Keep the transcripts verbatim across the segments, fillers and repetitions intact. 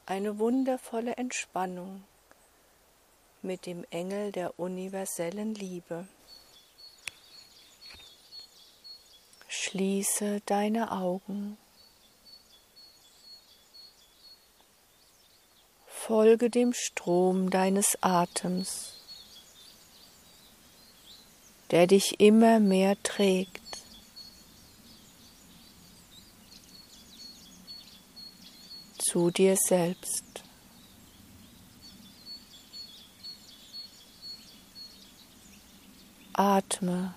eine wundervolle Entspannung mit dem Engel der universellen Liebe. Schließe deine Augen. Folge dem Strom deines Atems, der dich immer mehr trägt. Zu dir selbst. Atme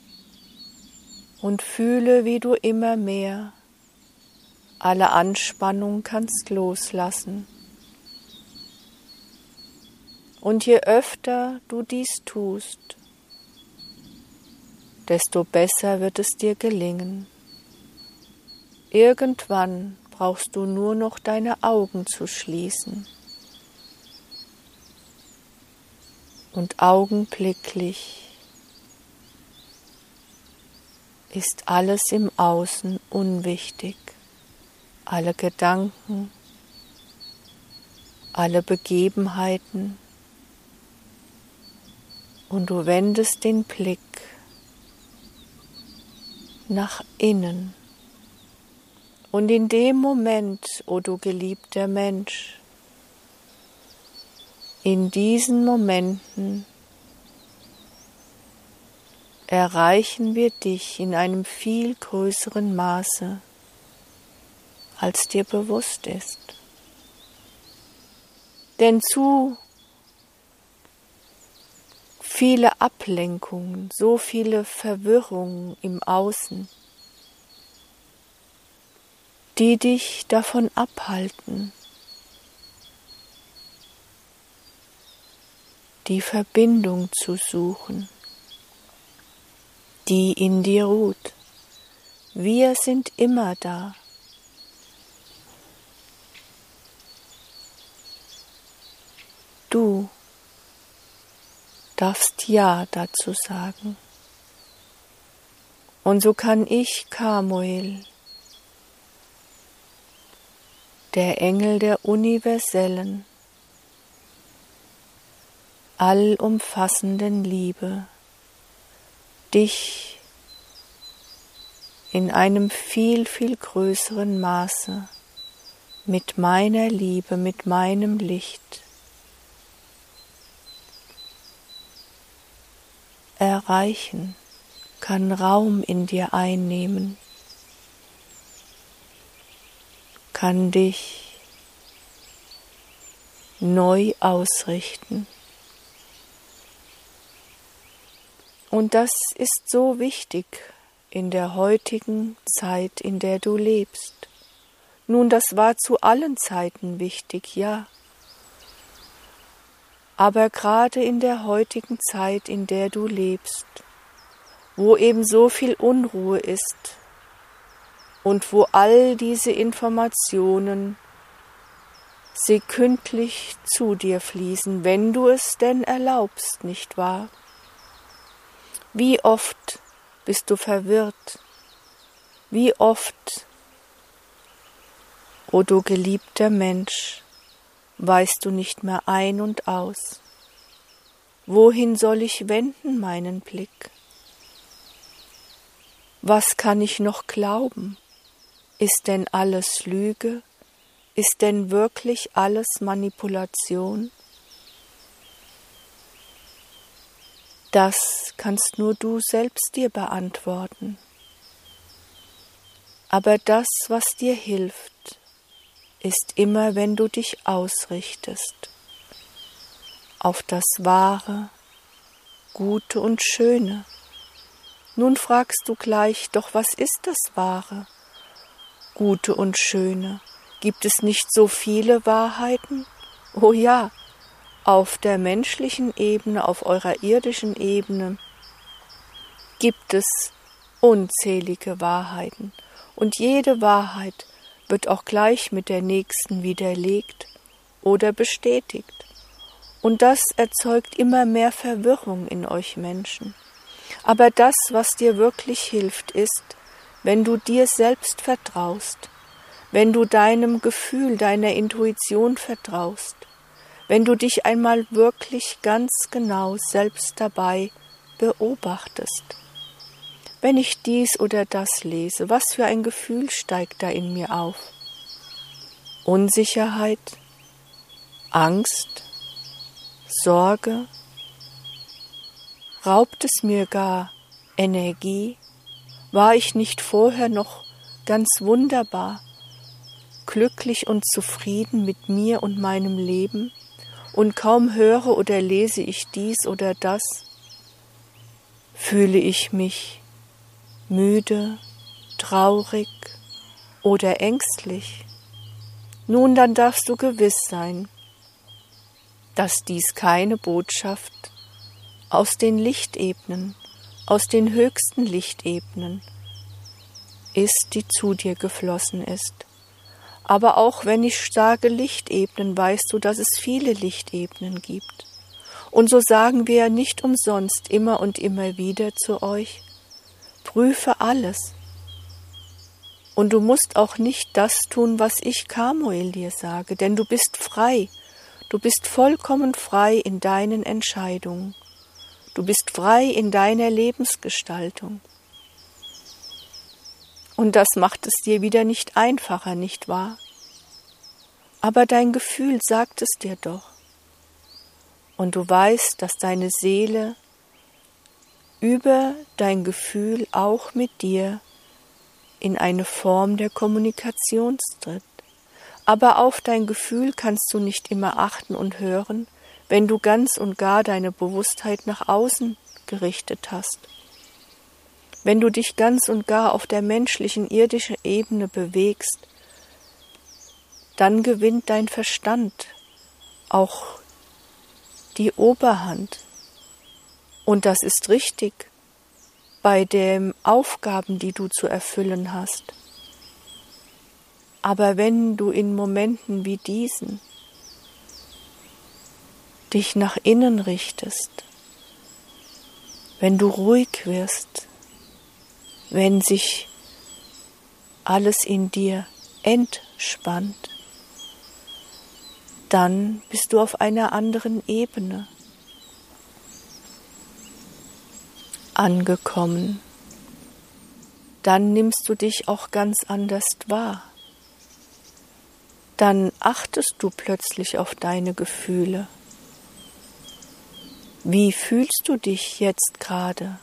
und fühle, wie du immer mehr alle Anspannung kannst loslassen. Und je öfter du dies tust, desto besser wird es dir gelingen. Irgendwann brauchst du nur noch deine Augen zu schließen. Und augenblicklich ist alles im Außen unwichtig. Alle Gedanken, alle Begebenheiten. Und du wendest den Blick nach innen. Und in dem Moment, o du geliebter Mensch, in diesen Momenten erreichen wir dich in einem viel größeren Maße, als dir bewusst ist. Denn zu viele Ablenkungen, so viele Verwirrungen im Außen, die dich davon abhalten, die Verbindung zu suchen, die in dir ruht. Wir sind immer da. Du darfst Ja dazu sagen. Und so kann ich, Kamuel, der Engel der universellen, allumfassenden Liebe, dich in einem viel, viel größeren Maße mit meiner Liebe, mit meinem Licht erreichen, kann Raum in dir einnehmen, kann dich neu ausrichten. Und das ist so wichtig in der heutigen Zeit, in der du lebst. Nun, das war zu allen Zeiten wichtig, ja. Aber gerade in der heutigen Zeit, in der du lebst, wo eben so viel Unruhe ist und wo all diese Informationen sekündlich zu dir fließen, wenn du es denn erlaubst, nicht wahr? Wie oft bist du verwirrt? Wie oft, o du geliebter Mensch, weißt du nicht mehr ein und aus? Wohin soll ich wenden meinen Blick? Was kann ich noch glauben? Ist denn alles Lüge? Ist denn wirklich alles Manipulation? Das kannst nur du selbst dir beantworten. Aber das, was dir hilft, ist immer, wenn du dich ausrichtest auf das Wahre, Gute und Schöne. Nun fragst du gleich, doch was ist das Wahre, Gute und Schöne? Gibt es nicht so viele Wahrheiten? Oh ja, auf der menschlichen Ebene, auf eurer irdischen Ebene gibt es unzählige Wahrheiten. Und jede Wahrheit wird auch gleich mit der nächsten widerlegt oder bestätigt. Und das erzeugt immer mehr Verwirrung in euch Menschen. Aber das, was dir wirklich hilft, ist, wenn du dir selbst vertraust, wenn du deinem Gefühl, deiner Intuition vertraust, wenn du dich einmal wirklich ganz genau selbst dabei beobachtest. Wenn ich dies oder das lese, was für ein Gefühl steigt da in mir auf? Unsicherheit, Angst, Sorge? Raubt es mir gar Energie? War ich nicht vorher noch ganz wunderbar, glücklich und zufrieden mit mir und meinem Leben, und kaum höre oder lese ich dies oder das, fühle ich mich müde, traurig oder ängstlich? Nun, dann darfst du gewiss sein, dass dies keine Botschaft aus den Lichtebenen, aus den höchsten Lichtebenen ist, die zu dir geflossen ist. Aber auch wenn ich sage Lichtebenen, weißt du, dass es viele Lichtebenen gibt. Und so sagen wir nicht umsonst immer und immer wieder zu euch: Prüfe alles. Und du musst auch nicht das tun, was ich, Kamuel, dir sage, denn du bist frei. Du bist vollkommen frei in deinen Entscheidungen. Du bist frei in deiner Lebensgestaltung. Und das macht es dir wieder nicht einfacher, nicht wahr? Aber dein Gefühl sagt es dir doch. Und du weißt, dass deine Seele über dein Gefühl auch mit dir in eine Form der Kommunikation tritt. Aber auf dein Gefühl kannst du nicht immer achten und hören, wenn du ganz und gar deine Bewusstheit nach außen gerichtet hast. Wenn du dich ganz und gar auf der menschlichen, irdischen Ebene bewegst, dann gewinnt dein Verstand auch die Oberhand. Und das ist richtig bei den Aufgaben, die du zu erfüllen hast. Aber wenn du in Momenten wie diesen dich nach innen richtest, wenn du ruhig wirst, wenn sich alles in dir entspannt, dann bist du auf einer anderen Ebene angekommen. Dann nimmst du dich auch ganz anders wahr. Dann achtest du plötzlich auf deine Gefühle. Wie fühlst du dich jetzt gerade?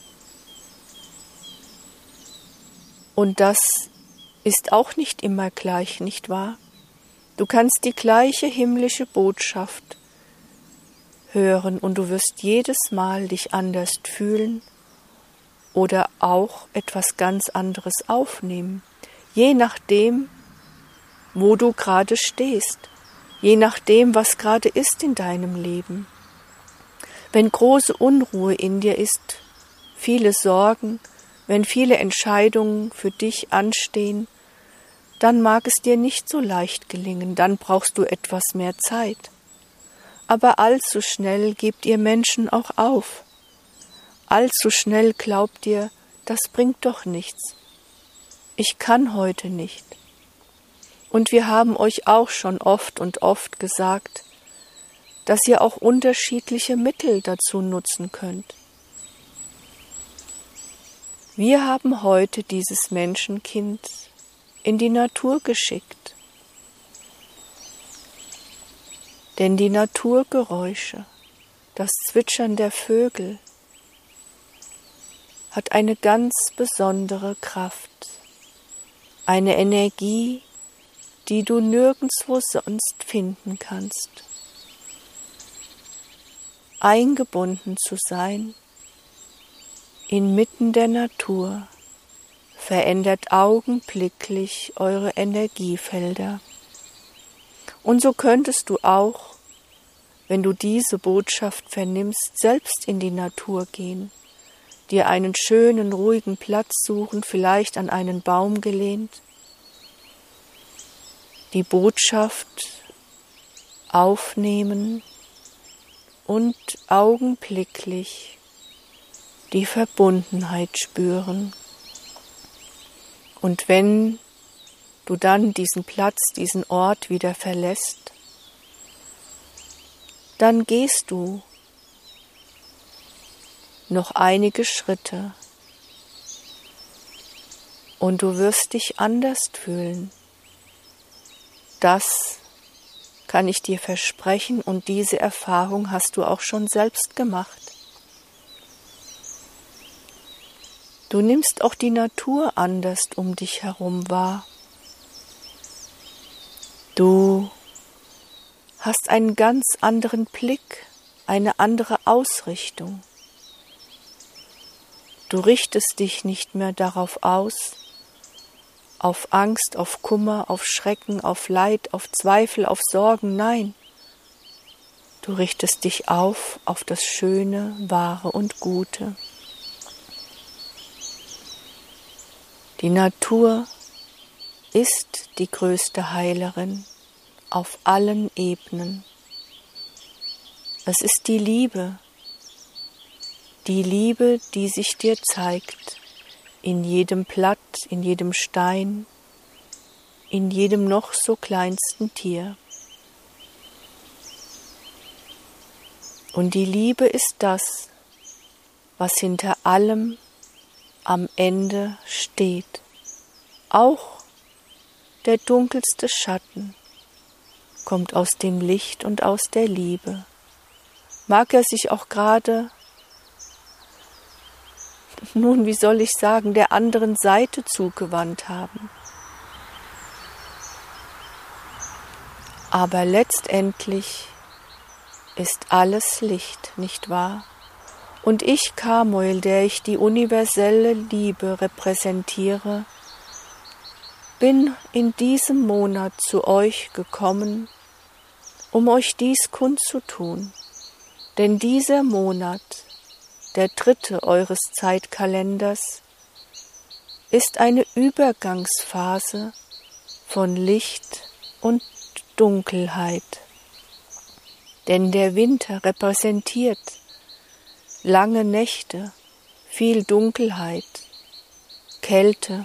Und das ist auch nicht immer gleich, nicht wahr? Du kannst die gleiche himmlische Botschaft hören und du wirst jedes Mal dich anders fühlen oder auch etwas ganz anderes aufnehmen, je nachdem, wo du gerade stehst, je nachdem, was gerade ist in deinem Leben. Wenn große Unruhe in dir ist, viele Sorgen, wenn viele Entscheidungen für dich anstehen, dann mag es dir nicht so leicht gelingen, dann brauchst du etwas mehr Zeit. Aber allzu schnell gebt ihr Menschen auch auf. Allzu schnell glaubt ihr, das bringt doch nichts. Ich kann heute nicht. Und wir haben euch auch schon oft und oft gesagt, dass ihr auch unterschiedliche Mittel dazu nutzen könnt. Wir haben heute dieses Menschenkind in die Natur geschickt. Denn die Naturgeräusche, das Zwitschern der Vögel, hat eine ganz besondere Kraft, eine Energie, die du nirgendwo sonst finden kannst. Eingebunden zu sein inmitten der Natur verändert augenblicklich eure Energiefelder. Und so könntest du auch, wenn du diese Botschaft vernimmst, selbst in die Natur gehen, dir einen schönen, ruhigen Platz suchen, vielleicht an einen Baum gelehnt, die Botschaft aufnehmen und augenblicklich die Verbundenheit spüren. Und wenn du dann diesen Platz, diesen Ort wieder verlässt, dann gehst du noch einige Schritte und du wirst dich anders fühlen. Das kann ich dir versprechen und diese Erfahrung hast du auch schon selbst gemacht. Du nimmst auch die Natur anders um dich herum wahr. Du hast einen ganz anderen Blick, eine andere Ausrichtung. Du richtest dich nicht mehr darauf aus, auf Angst, auf Kummer, auf Schrecken, auf Leid, auf Zweifel, auf Sorgen, nein. Du richtest dich auf, auf das Schöne, Wahre und Gute. Die Natur ist die größte Heilerin auf allen Ebenen. Es ist die Liebe, die Liebe, die sich dir zeigt, in jedem Blatt, in jedem Stein, in jedem noch so kleinsten Tier. Und die Liebe ist das, was hinter allem am Ende steht. Auch der dunkelste Schatten kommt aus dem Licht und aus der Liebe. Mag er sich auch gerade, nun, wie soll ich sagen, der anderen Seite zugewandt haben. Aber letztendlich ist alles Licht, nicht wahr? Und ich, Kamuel, der ich die universelle Liebe repräsentiere, bin in diesem Monat zu euch gekommen, um euch dies kundzutun. Denn dieser Monat, der dritte eures Zeitkalenders, ist eine Übergangsphase von Licht und Dunkelheit. Denn der Winter repräsentiert lange Nächte, viel Dunkelheit, Kälte.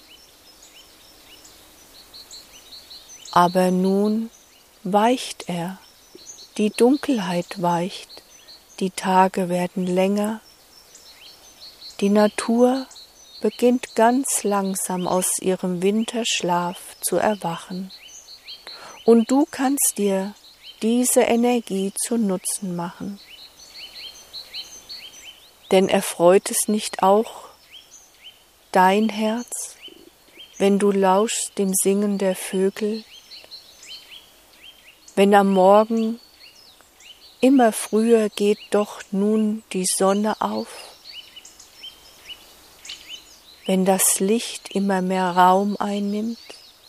Aber nun weicht er, die Dunkelheit weicht, die Tage werden länger, die Natur beginnt ganz langsam aus ihrem Winterschlaf zu erwachen. Und du kannst dir diese Energie zu Nutzen machen. Denn erfreut es nicht auch dein Herz, wenn du lauschst dem Singen der Vögel, wenn am Morgen immer früher geht doch nun die Sonne auf, wenn das Licht immer mehr Raum einnimmt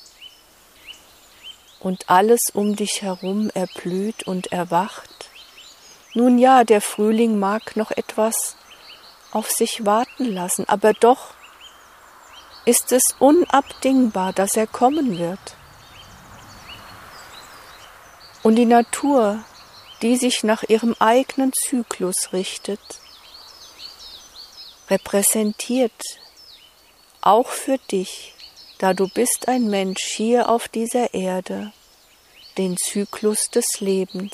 und alles um dich herum erblüht und erwacht. Nun ja, der Frühling mag noch etwas auf sich warten lassen, aber doch ist es unabdingbar, dass er kommen wird. Und die Natur, die sich nach ihrem eigenen Zyklus richtet, repräsentiert auch für dich, da du bist ein Mensch hier auf dieser Erde, den Zyklus des Lebens.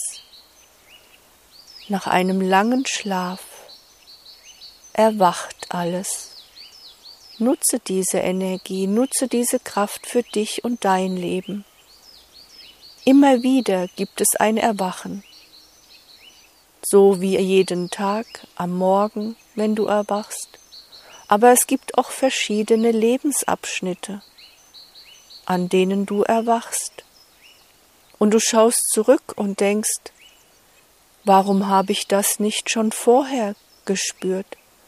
Nach einem langen Schlaf erwacht alles. Nutze diese Energie, nutze diese Kraft für dich und dein Leben. Immer wieder gibt es ein Erwachen, so wie jeden Tag am Morgen, wenn du erwachst. Aber es gibt auch verschiedene Lebensabschnitte, an denen du erwachst. Und du schaust zurück und denkst, warum habe ich das nicht schon vorher gespürt?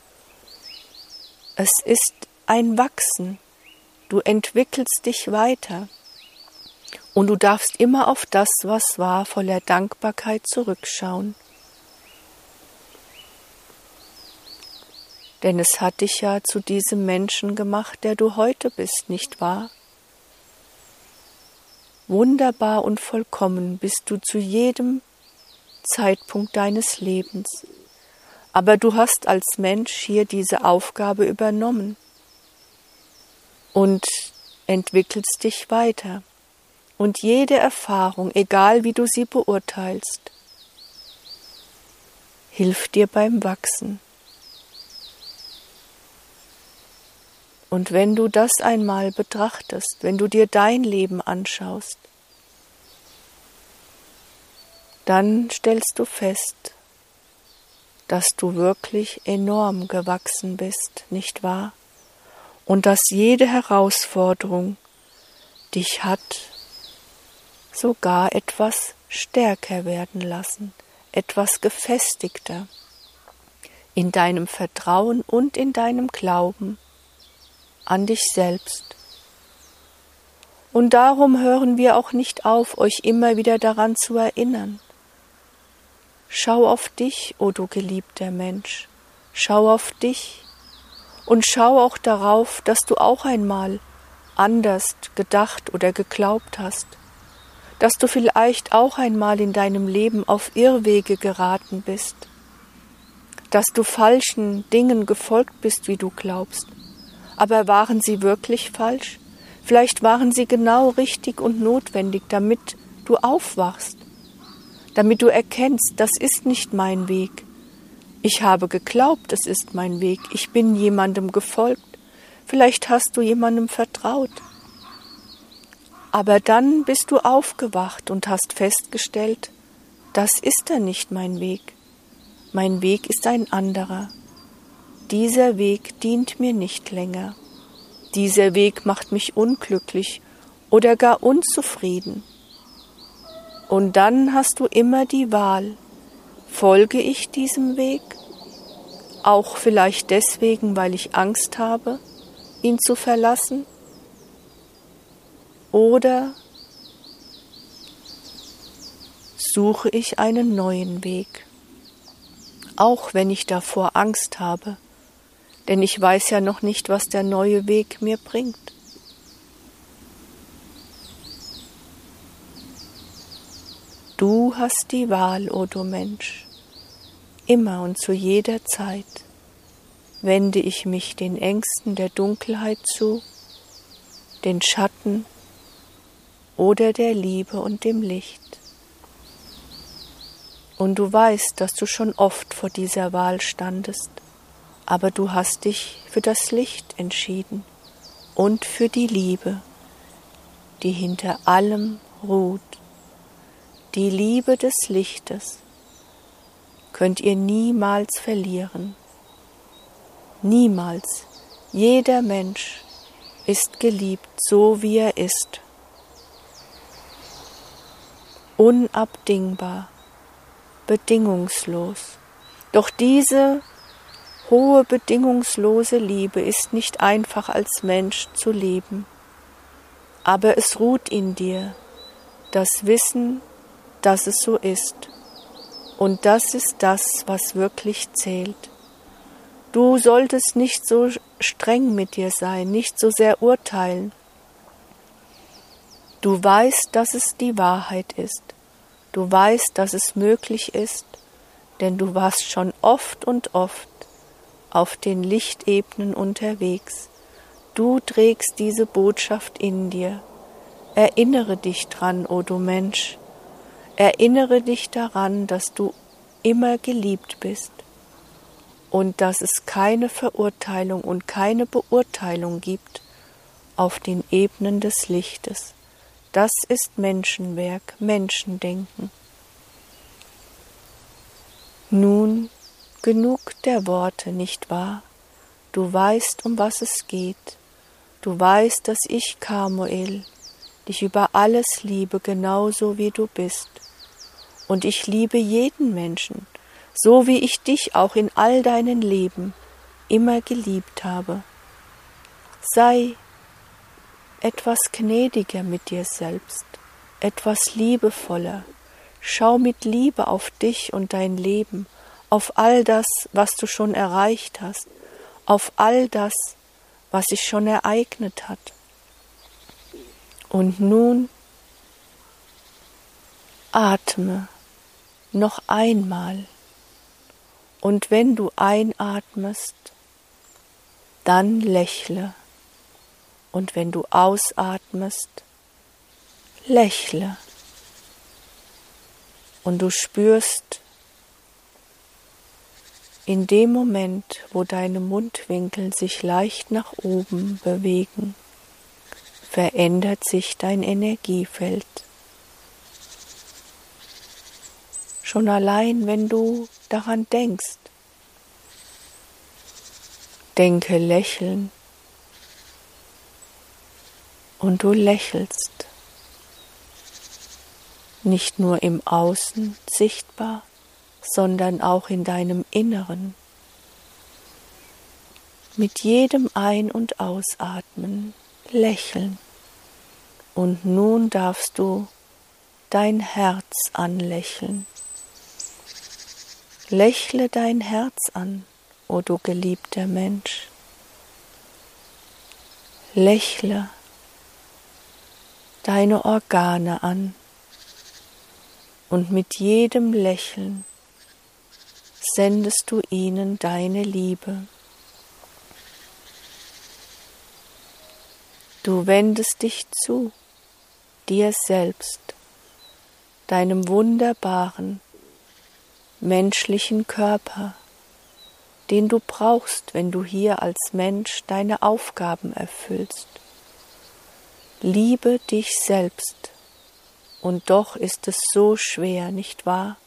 Es ist ein Wachsen. Du entwickelst dich weiter. Und du darfst immer auf das, was war, voller Dankbarkeit zurückschauen. Denn es hat dich ja zu diesem Menschen gemacht, der du heute bist, nicht wahr? Wunderbar und vollkommen bist du zu jedem Zeitpunkt deines Lebens. Aber du hast als Mensch hier diese Aufgabe übernommen. Und entwickelst dich weiter und jede Erfahrung, egal wie du sie beurteilst, hilft dir beim Wachsen. Und wenn du das einmal betrachtest, wenn du dir dein Leben anschaust, dann stellst du fest, dass du wirklich enorm gewachsen bist, nicht wahr? Und dass jede Herausforderung dich hat sogar etwas stärker werden lassen, etwas gefestigter in deinem Vertrauen und in deinem Glauben an dich selbst. Und darum hören wir auch nicht auf, euch immer wieder daran zu erinnern. Schau auf dich, o du geliebter Mensch, schau auf dich und schau auch darauf, dass du auch einmal anders gedacht oder geglaubt hast, dass du vielleicht auch einmal in deinem Leben auf Irrwege geraten bist, dass du falschen Dingen gefolgt bist, wie du glaubst. Aber waren sie wirklich falsch? Vielleicht waren sie genau richtig und notwendig, damit du aufwachst, damit du erkennst, das ist nicht mein Weg. Ich habe geglaubt, es ist mein Weg. Ich bin jemandem gefolgt. Vielleicht hast du jemandem vertraut. Aber dann bist du aufgewacht und hast festgestellt, das ist ja nicht mein Weg. Mein Weg ist ein anderer. Dieser Weg dient mir nicht länger. Dieser Weg macht mich unglücklich oder gar unzufrieden. Und dann hast du immer die Wahl, folge ich diesem Weg, auch vielleicht deswegen, weil ich Angst habe, ihn zu verlassen, oder suche ich einen neuen Weg, auch wenn ich davor Angst habe, denn ich weiß ja noch nicht, was der neue Weg mir bringt. Du hast die Wahl, o du Mensch. Immer und zu jeder Zeit wende ich mich den Ängsten der Dunkelheit zu, den Schatten oder der Liebe und dem Licht. Und du weißt, dass du schon oft vor dieser Wahl standest, aber du hast dich für das Licht entschieden und für die Liebe, die hinter allem ruht. Die Liebe des Lichtes könnt ihr niemals verlieren. Niemals. Jeder Mensch ist geliebt, so wie er ist. Unabdingbar, bedingungslos. Doch diese hohe, bedingungslose Liebe ist nicht einfach als Mensch zu leben. Aber es ruht in dir, das Wissen, dass es so ist. Und das ist das, was wirklich zählt. Du solltest nicht so streng mit dir sein, nicht so sehr urteilen. Du weißt, dass es die Wahrheit ist. Du weißt, dass es möglich ist, denn du warst schon oft und oft auf den Lichtebenen unterwegs. Du trägst diese Botschaft in dir. Erinnere dich dran, o du Mensch. Erinnere dich daran, dass du immer geliebt bist und dass es keine Verurteilung und keine Beurteilung gibt auf den Ebenen des Lichtes. Das ist Menschenwerk, Menschendenken. Nun genug der Worte, nicht wahr? Du weißt, um was es geht. Du weißt, dass ich, Kamuel, dich über alles liebe, genauso wie du bist. Und ich liebe jeden Menschen, so wie ich dich auch in all deinen Leben immer geliebt habe. Sei etwas gnädiger mit dir selbst, etwas liebevoller. Schau mit Liebe auf dich und dein Leben, auf all das, was du schon erreicht hast, auf all das, was sich schon ereignet hat. Und nun atme noch einmal. Und wenn du einatmest, dann lächle Und wenn du ausatmest, lächle. Und du spürst in dem Moment, wo deine Mundwinkel sich leicht nach oben bewegen, verändert sich dein Energiefeld. Schon allein, wenn du daran denkst, denke lächeln und du lächelst, nicht nur im Außen sichtbar, sondern auch in deinem Inneren. Mit jedem Ein- und Ausatmen lächeln. Und nun darfst du dein Herz anlächeln. Lächle dein Herz an, o du geliebter Mensch. Lächle deine Organe an. Und mit jedem Lächeln sendest du ihnen deine Liebe. Du wendest dich zu dir selbst, deinem wunderbaren, menschlichen Körper, den du brauchst, wenn du hier als Mensch deine Aufgaben erfüllst. Liebe dich selbst, und doch ist es so schwer, nicht wahr?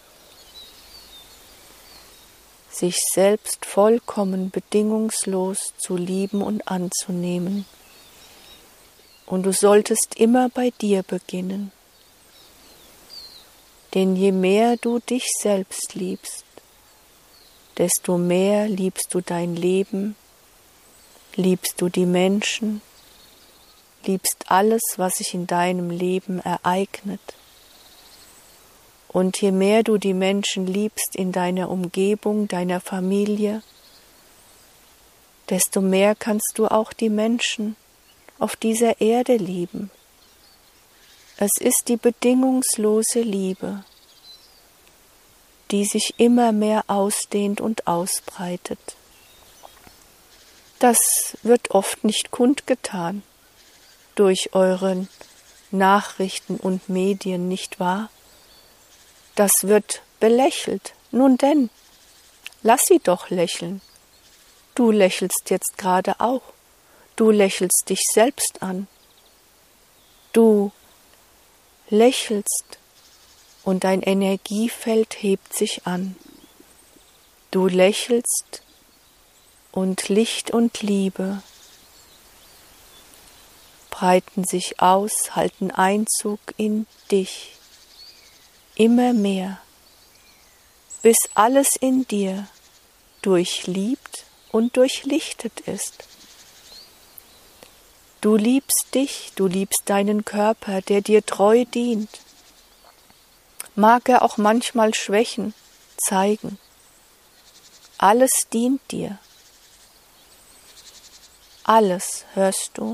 Sich selbst vollkommen bedingungslos zu lieben und anzunehmen. Und du solltest immer bei dir beginnen. Denn je mehr du dich selbst liebst, desto mehr liebst du dein Leben, liebst du die Menschen, liebst alles, was sich in deinem Leben ereignet. Und je mehr du die Menschen liebst in deiner Umgebung, deiner Familie, desto mehr kannst du auch die Menschen auf dieser Erde lieben. Es ist die bedingungslose Liebe, die sich immer mehr ausdehnt und ausbreitet. Das wird oft nicht kundgetan durch eure Nachrichten und Medien, nicht wahr? Das wird belächelt. Nun denn, lass sie doch lächeln. Du lächelst jetzt gerade auch. Du lächelst dich selbst an. Du lächelst und dein Energiefeld hebt sich an. Du lächelst und Licht und Liebe breiten sich aus, halten Einzug in dich. Immer mehr, bis alles in dir durchliebt und durchlichtet ist. Du liebst dich, du liebst deinen Körper, der dir treu dient. Mag er auch manchmal Schwächen zeigen. Alles dient dir. Alles hörst du.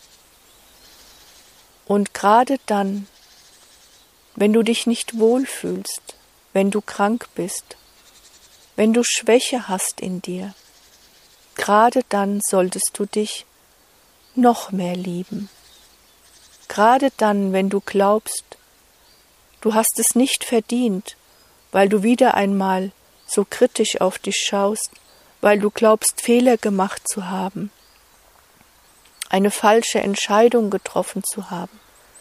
Und gerade dann, wenn du dich nicht wohlfühlst, wenn du krank bist, wenn du Schwäche hast in dir, gerade dann solltest du dich noch mehr lieben. Gerade dann, wenn du glaubst, du hast es nicht verdient, weil du wieder einmal so kritisch auf dich schaust, weil du glaubst, Fehler gemacht zu haben, eine falsche Entscheidung getroffen zu haben,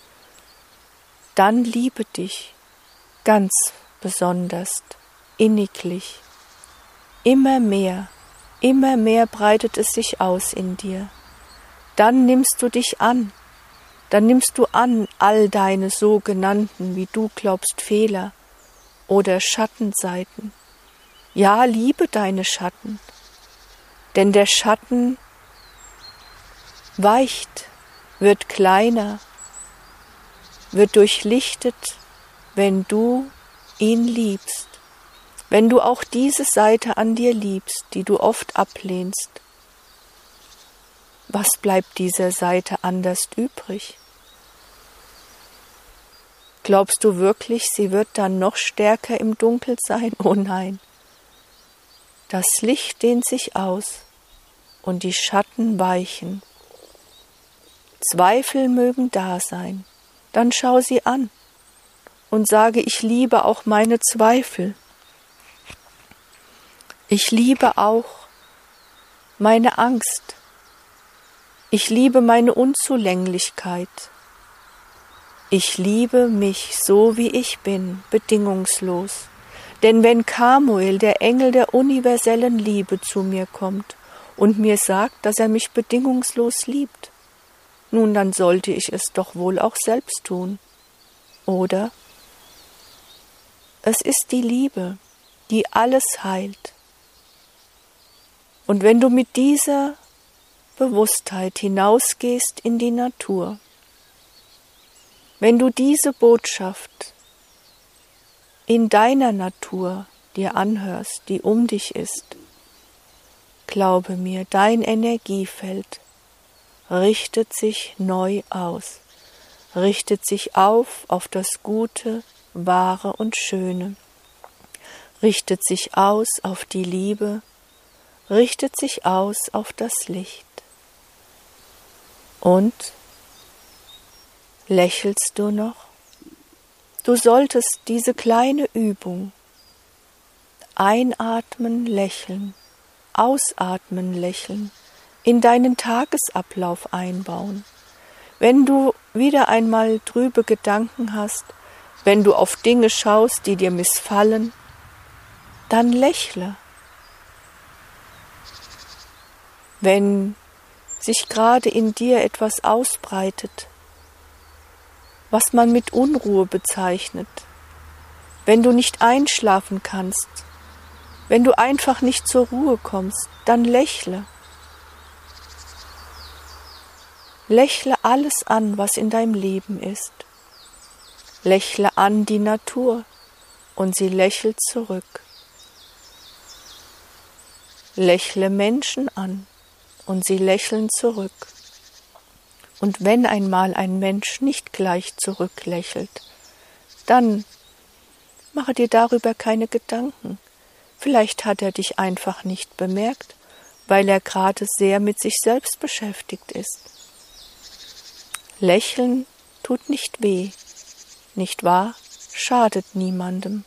dann liebe dich ganz besonders, inniglich. Immer mehr, immer mehr breitet es sich aus in dir. Dann nimmst du dich an, dann nimmst du an all deine sogenannten, wie du glaubst, Fehler oder Schattenseiten. Ja, liebe deine Schatten, denn der Schatten weicht, wird kleiner, wird durchlichtet, wenn du ihn liebst, wenn du auch diese Seite an dir liebst, die du oft ablehnst. Was bleibt dieser Seite anders übrig? Glaubst du wirklich, sie wird dann noch stärker im Dunkel sein? Oh nein. Das Licht dehnt sich aus und die Schatten weichen. Zweifel mögen da sein, dann schau sie an und sage, ich liebe auch meine Zweifel. Ich liebe auch meine Angst. Ich liebe meine Unzulänglichkeit. Ich liebe mich so, wie ich bin, bedingungslos. Denn wenn Kamuel, der Engel der universellen Liebe, zu mir kommt und mir sagt, dass er mich bedingungslos liebt, nun, dann sollte ich es doch wohl auch selbst tun. Oder? Es ist die Liebe, die alles heilt. Und wenn du mit dieser Bewusstheit hinausgehst in die Natur, wenn du diese Botschaft in deiner Natur dir anhörst, die um dich ist, glaube mir, dein Energiefeld richtet sich neu aus, richtet sich auf auf das Gute, Wahre und Schöne, richtet sich aus auf die Liebe, richtet sich aus auf das Licht. Und lächelst du noch? Du solltest diese kleine Übung einatmen, lächeln, ausatmen, lächeln, in deinen Tagesablauf einbauen. Wenn du wieder einmal trübe Gedanken hast, wenn du auf Dinge schaust, die dir missfallen, dann lächle. Wenn sich gerade in dir etwas ausbreitet, was man mit Unruhe bezeichnet, wenn du nicht einschlafen kannst, wenn du einfach nicht zur Ruhe kommst, dann lächle. Lächle alles an, was in deinem Leben ist. Lächle an die Natur und sie lächelt zurück. Lächle Menschen an und sie lächeln zurück. Und wenn einmal ein Mensch nicht gleich zurücklächelt, dann mache dir darüber keine Gedanken. Vielleicht hat er dich einfach nicht bemerkt, weil er gerade sehr mit sich selbst beschäftigt ist. Lächeln tut nicht weh, nicht wahr? Schadet niemandem.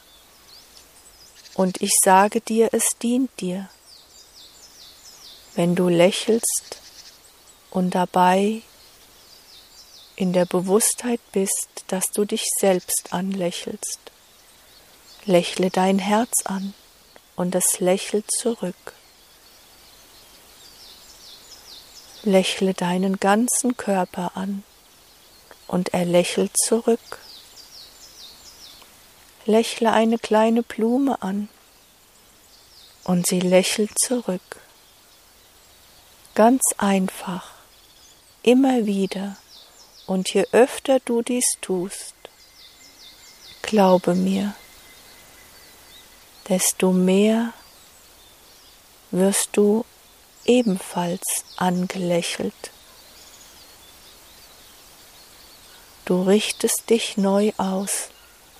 Und ich sage dir, es dient dir. Wenn du lächelst und dabei in der Bewusstheit bist, dass du dich selbst anlächelst. Lächle dein Herz an und es lächelt zurück. Lächle deinen ganzen Körper an und er lächelt zurück. Lächle eine kleine Blume an und sie lächelt zurück. Ganz einfach, immer wieder, und je öfter du dies tust, glaube mir, desto mehr wirst du ebenfalls angelächelt. Du richtest dich neu aus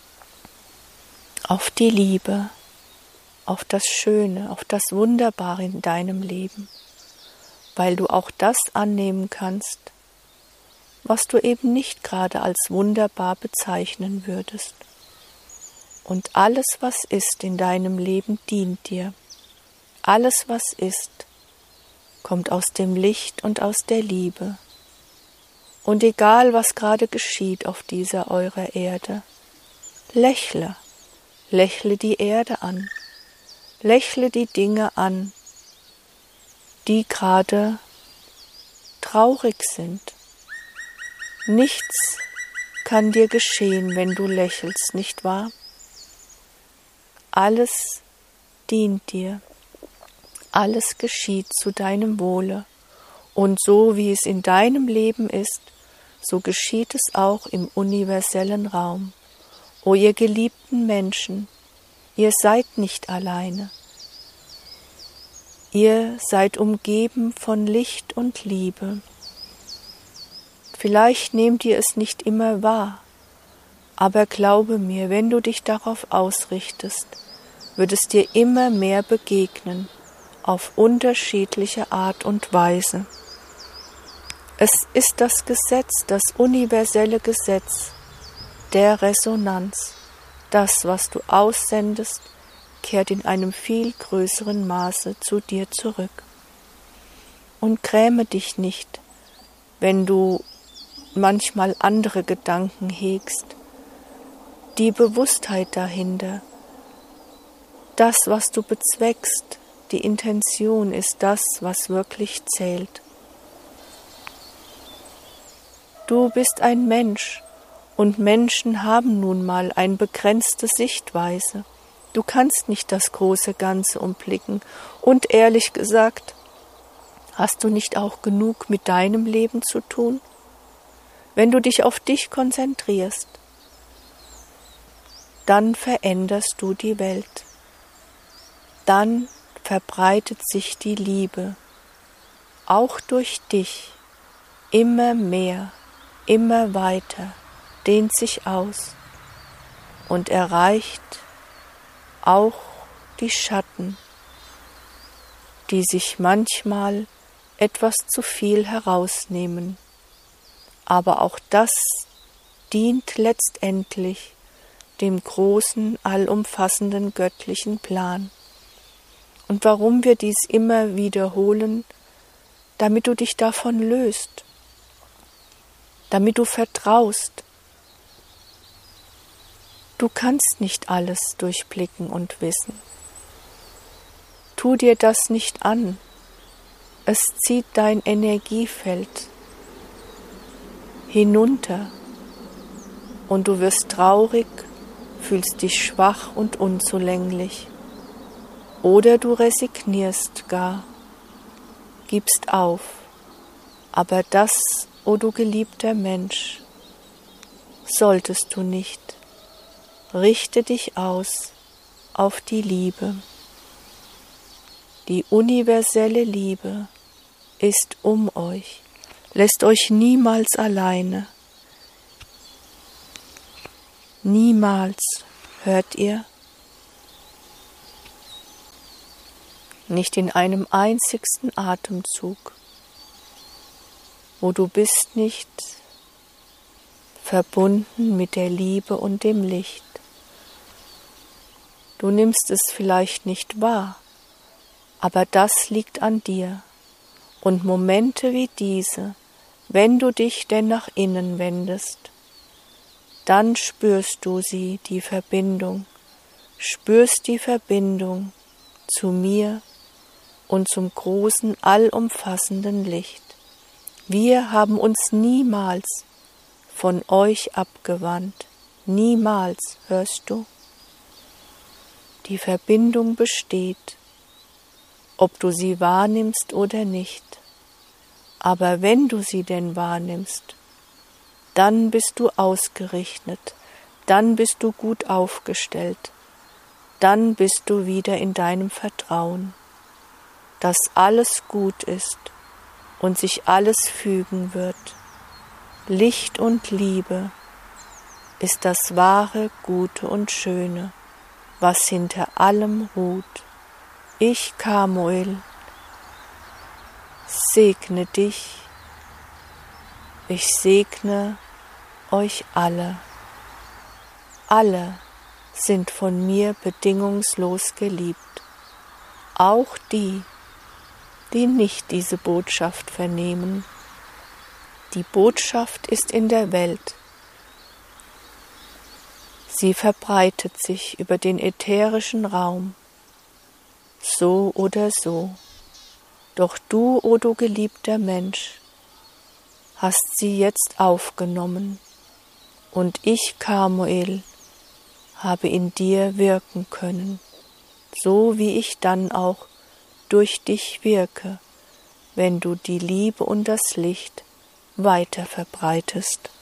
auf die Liebe, auf das Schöne, auf das Wunderbare in deinem Leben, weil du auch das annehmen kannst, was du eben nicht gerade als wunderbar bezeichnen würdest. Und alles, was ist in deinem Leben, dient dir. Alles, was ist, kommt aus dem Licht und aus der Liebe. Und egal, was gerade geschieht auf dieser eurer Erde, lächle, lächle die Erde an, lächle die Dinge an, die gerade traurig sind. Nichts kann dir geschehen, wenn du lächelst, nicht wahr? Alles dient dir, alles geschieht zu deinem Wohle, und so wie es in deinem Leben ist, so geschieht es auch im universellen Raum. O ihr geliebten Menschen, ihr seid nicht alleine. Ihr seid umgeben von Licht und Liebe. Vielleicht nehmt ihr es nicht immer wahr, aber glaube mir, wenn du dich darauf ausrichtest, wird es dir immer mehr begegnen, auf unterschiedliche Art und Weise. Es ist das Gesetz, das universelle Gesetz der Resonanz. Das, was du aussendest, kehrt in einem viel größeren Maße zu dir zurück. Und gräme dich nicht, wenn du manchmal andere Gedanken hegst. Die Bewusstheit dahinter, das, was du bezweckst, die Intention ist das, was wirklich zählt. Du bist ein Mensch und Menschen haben nun mal eine begrenzte Sichtweise. Du kannst nicht das große Ganze umblicken und ehrlich gesagt, hast du nicht auch genug mit deinem Leben zu tun? Wenn du dich auf dich konzentrierst, dann veränderst du die Welt. Dann verbreitet sich die Liebe, auch durch dich, immer mehr, immer weiter, dehnt sich aus und erreicht auch die Schatten, die sich manchmal etwas zu viel herausnehmen. Aber auch das dient letztendlich dem großen, allumfassenden göttlichen Plan. Und warum wir dies immer wiederholen, damit du dich davon löst, damit du vertraust. Du kannst nicht alles durchblicken und wissen. Tu dir das nicht an. Es zieht dein Energiefeld hinunter und du wirst traurig, fühlst dich schwach und unzulänglich. Oder du resignierst gar, gibst auf. Aber das, o du geliebter Mensch, solltest du nicht. Richte dich aus auf die Liebe. Die universelle Liebe ist um euch, lässt euch niemals alleine. Niemals, hört ihr? Nicht in einem einzigsten Atemzug, wo du bist nicht verbunden mit der Liebe und dem Licht. Du nimmst es vielleicht nicht wahr, aber das liegt an dir. Und Momente wie diese, wenn du dich denn nach innen wendest, dann spürst du sie, die Verbindung, spürst die Verbindung zu mir und zum großen, allumfassenden Licht. Wir haben uns niemals von euch abgewandt, niemals, hörst du? Die Verbindung besteht, ob du sie wahrnimmst oder nicht. Aber wenn du sie denn wahrnimmst, dann bist du ausgerichtet, dann bist du gut aufgestellt, dann bist du wieder in deinem Vertrauen, dass alles gut ist und sich alles fügen wird. Licht und Liebe ist das wahre, Gute und Schöne, was hinter allem ruht. Ich, Kamuel, segne dich, ich segne euch alle. Alle sind von mir bedingungslos geliebt, auch die, die nicht diese Botschaft vernehmen. Die Botschaft ist in der Welt. Sie verbreitet sich über den ätherischen Raum, so oder so. Doch du, o du geliebter Mensch, hast sie jetzt aufgenommen, und ich, Kamuel, habe in dir wirken können, so wie ich dann auch durch dich wirke, wenn du die Liebe und das Licht weiter verbreitest.